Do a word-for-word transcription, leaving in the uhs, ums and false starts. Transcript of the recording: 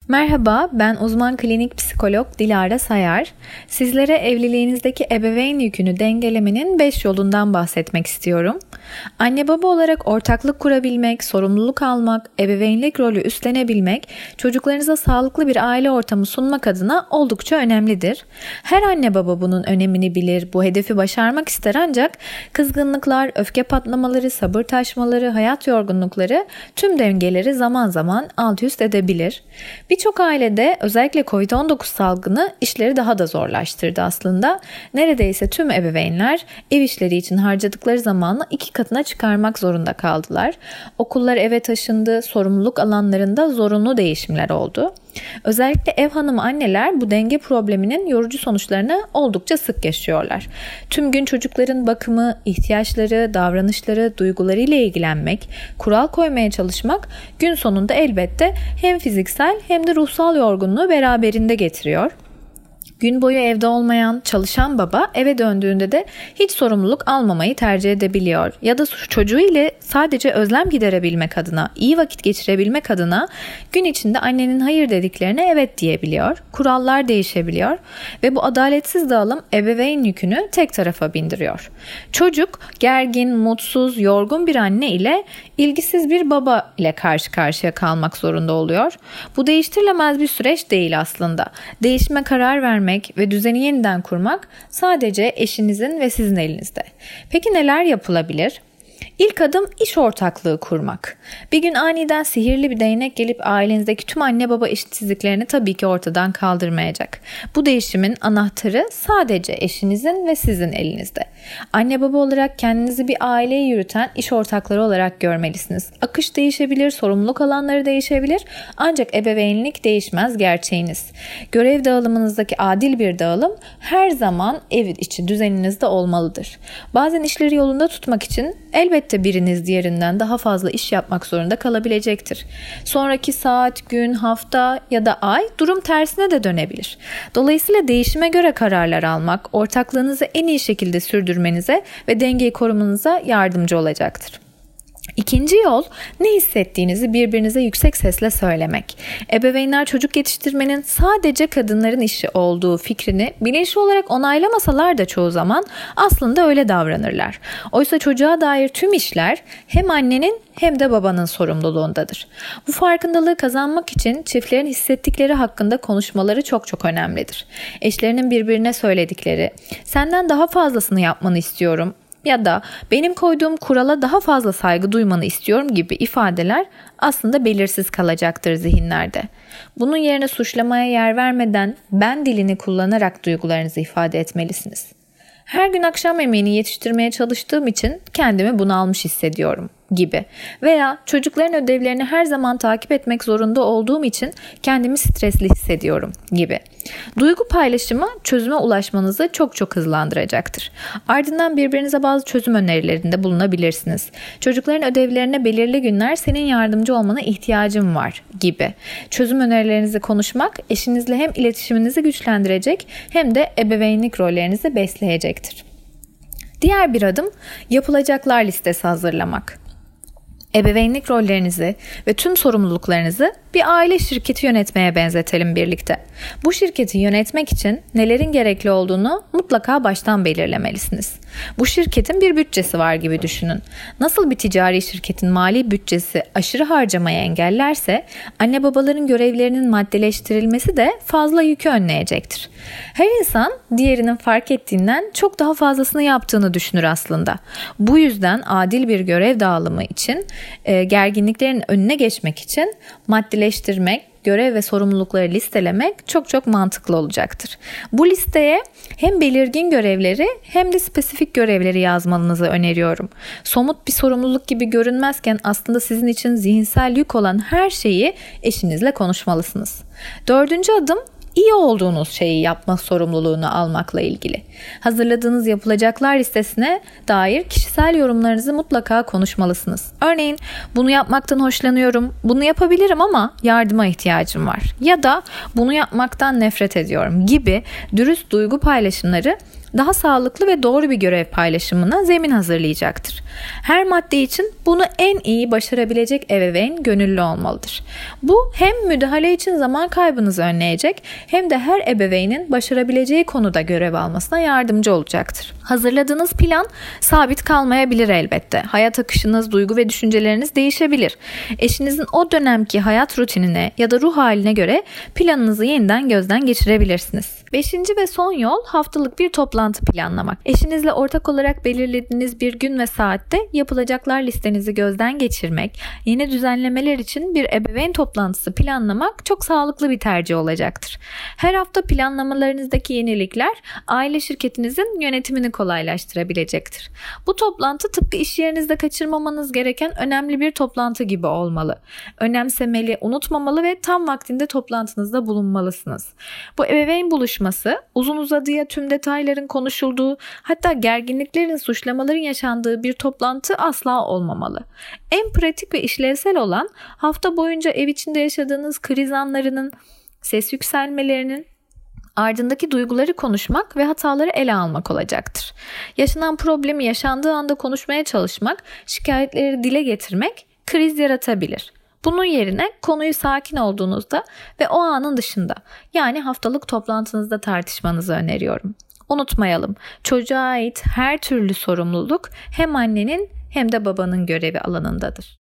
Merhaba, ben uzman klinik psikolog Dilara Sayar. Sizlere evliliğinizdeki ebeveyn yükünü dengelemenin beş yolundan bahsetmek istiyorum. Anne baba olarak ortaklık kurabilmek, sorumluluk almak, ebeveynlik rolü üstlenebilmek, çocuklarınıza sağlıklı bir aile ortamı sunmak adına oldukça önemlidir. Her anne baba bunun önemini bilir, bu hedefi başarmak ister ancak kızgınlıklar, öfke patlamaları, sabır taşmaları, hayat yorgunlukları tüm dengeleri zaman zaman alt üst edebilir. Birçok ailede özellikle kovid on dokuz salgını işleri daha da zorlaştırdı aslında. Neredeyse tüm ebeveynler ev işleri için harcadıkları zamanı iki katına çıkarmak zorunda kaldılar. Okullar eve taşındı, sorumluluk alanlarında zorunlu değişimler oldu. Özellikle ev hanımı anneler bu denge probleminin yorucu sonuçlarını oldukça sık yaşıyorlar. Tüm gün çocukların bakımı, ihtiyaçları, davranışları, duygularıyla ilgilenmek, kural koymaya çalışmak gün sonunda elbette hem fiziksel hem de ruhsal yorgunluğu beraberinde getiriyor. Gün boyu evde olmayan, çalışan baba eve döndüğünde de hiç sorumluluk almamayı tercih edebiliyor. Ya da çocuğu ile sadece özlem giderebilmek adına, iyi vakit geçirebilmek adına gün içinde annenin hayır dediklerine evet diyebiliyor. Kurallar değişebiliyor ve bu adaletsiz dağılım ebeveyn yükünü tek tarafa bindiriyor. Çocuk gergin, mutsuz, yorgun bir anne ile ilgisiz bir baba ile karşı karşıya kalmak zorunda oluyor. Bu değiştirilemez bir süreç değil aslında. Değişime karar vermek ve düzeni yeniden kurmak sadece eşinizin ve sizin elinizde. Peki neler yapılabilir? İlk adım iş ortaklığı kurmak. Bir gün aniden sihirli bir değnek gelip ailenizdeki tüm anne baba eşitsizliklerini tabii ki ortadan kaldırmayacak. Bu değişimin anahtarı sadece eşinizin ve sizin elinizde. Anne baba olarak kendinizi bir aileyi yürüten iş ortakları olarak görmelisiniz. Akış değişebilir, sorumluluk alanları değişebilir ancak ebeveynlik değişmez gerçeğiniz. Görev dağılımınızdaki adil bir dağılım her zaman ev içi düzeninizde olmalıdır. Bazen işleri yolunda tutmak için elbette biriniz diğerinden daha fazla iş yapmak zorunda kalabilecektir. Sonraki saat, gün, hafta ya da ay durum tersine de dönebilir. Dolayısıyla değişime göre kararlar almak, ortaklığınızı en iyi şekilde sürdürmenize ve dengeyi korumanıza yardımcı olacaktır. İkinci yol, ne hissettiğinizi birbirinize yüksek sesle söylemek. Ebeveynler çocuk yetiştirmenin sadece kadınların işi olduğu fikrini bilinçli olarak onaylamasalar da çoğu zaman aslında öyle davranırlar. Oysa çocuğa dair tüm işler hem annenin hem de babanın sorumluluğundadır. Bu farkındalığı kazanmak için çiftlerin hissettikleri hakkında konuşmaları çok çok önemlidir. Eşlerinin birbirine söyledikleri, senden daha fazlasını yapmanı istiyorum ya da benim koyduğum kurala daha fazla saygı duymanı istiyorum gibi ifadeler aslında belirsiz kalacaktır zihinlerde. Bunun yerine suçlamaya yer vermeden ben dilini kullanarak duygularınızı ifade etmelisiniz. Her gün akşam yemeğini yetiştirmeye çalıştığım için kendimi bunalmış hissediyorum gibi veya çocukların ödevlerini her zaman takip etmek zorunda olduğum için kendimi stresli hissediyorum gibi. Duygu paylaşımı çözüme ulaşmanızı çok çok hızlandıracaktır. Ardından birbirinize bazı çözüm önerilerinde bulunabilirsiniz. Çocukların ödevlerine belirli günler senin yardımcı olmana ihtiyacım var gibi. Çözüm önerilerinizi konuşmak eşinizle hem iletişiminizi güçlendirecek hem de ebeveynlik rollerinizi besleyecektir. Diğer bir adım yapılacaklar listesi hazırlamak. Ebeveynlik rollerinizi ve tüm sorumluluklarınızı bir aile şirketi yönetmeye benzetelim birlikte. Bu şirketi yönetmek için nelerin gerekli olduğunu mutlaka baştan belirlemelisiniz. Bu şirketin bir bütçesi var gibi düşünün. Nasıl bir ticari şirketin mali bütçesi aşırı harcamayı engellerse, anne babaların görevlerinin maddeleştirilmesi de fazla yükü önleyecektir. Her insan diğerinin fark ettiğinden çok daha fazlasını yaptığını düşünür aslında. Bu yüzden adil bir görev dağılımı için, e, gerginliklerin önüne geçmek için maddeleştirmek, görev ve sorumlulukları listelemek çok çok mantıklı olacaktır. Bu listeye hem belirgin görevleri hem de spesifik görevleri yazmanızı öneriyorum. Somut bir sorumluluk gibi görünmezken aslında sizin için zihinsel yük olan her şeyi eşinizle konuşmalısınız. Dördüncü adım, iyi olduğunuz şeyi yapma sorumluluğunu almakla ilgili. Hazırladığınız yapılacaklar listesine dair kişisel yorumlarınızı mutlaka konuşmalısınız. Örneğin bunu yapmaktan hoşlanıyorum, bunu yapabilirim ama yardıma ihtiyacım var ya da bunu yapmaktan nefret ediyorum gibi dürüst duygu paylaşımları daha sağlıklı ve doğru bir görev paylaşımına zemin hazırlayacaktır. Her madde için bunu en iyi başarabilecek ebeveyn gönüllü olmalıdır. Bu hem müdahale için zaman kaybınızı önleyecek hem de her ebeveynin başarabileceği konuda görev almasına yardımcı olacaktır. Hazırladığınız plan sabit kalmayabilir elbette. Hayat akışınız, duygu ve düşünceleriniz değişebilir. Eşinizin o dönemki hayat rutinine ya da ruh haline göre planınızı yeniden gözden geçirebilirsiniz. Beşinci ve son yol haftalık bir toplantı planlamak. Eşinizle ortak olarak belirlediğiniz bir gün ve saatte yapılacaklar listenizi gözden geçirmek, yeni düzenlemeler için bir ebeveyn toplantısı planlamak çok sağlıklı bir tercih olacaktır. Her hafta planlamalarınızdaki yenilikler aile şirketinizin yönetimini kolaylaştırabilecektir. Bu toplantı tıpkı iş yerinizde kaçırmamanız gereken önemli bir toplantı gibi olmalı. Önemsemeli, unutmamalı ve tam vaktinde toplantınızda bulunmalısınız. Bu ebeveyn buluşması uzun uzadıya tüm detayların konuşulduğu, hatta gerginliklerin, suçlamaların yaşandığı bir toplantı asla olmamalı. En pratik ve işlevsel olan hafta boyunca ev içinde yaşadığınız kriz anlarının, ses yükselmelerinin ardındaki duyguları konuşmak ve hataları ele almak olacaktır. Yaşanan problemi yaşandığı anda konuşmaya çalışmak, şikayetleri dile getirmek kriz yaratabilir. Bunun yerine konuyu sakin olduğunuzda ve o anın dışında, yani haftalık toplantınızda tartışmanızı öneriyorum. Unutmayalım, çocuğa ait her türlü sorumluluk hem annenin hem de babanın görevi alanındadır.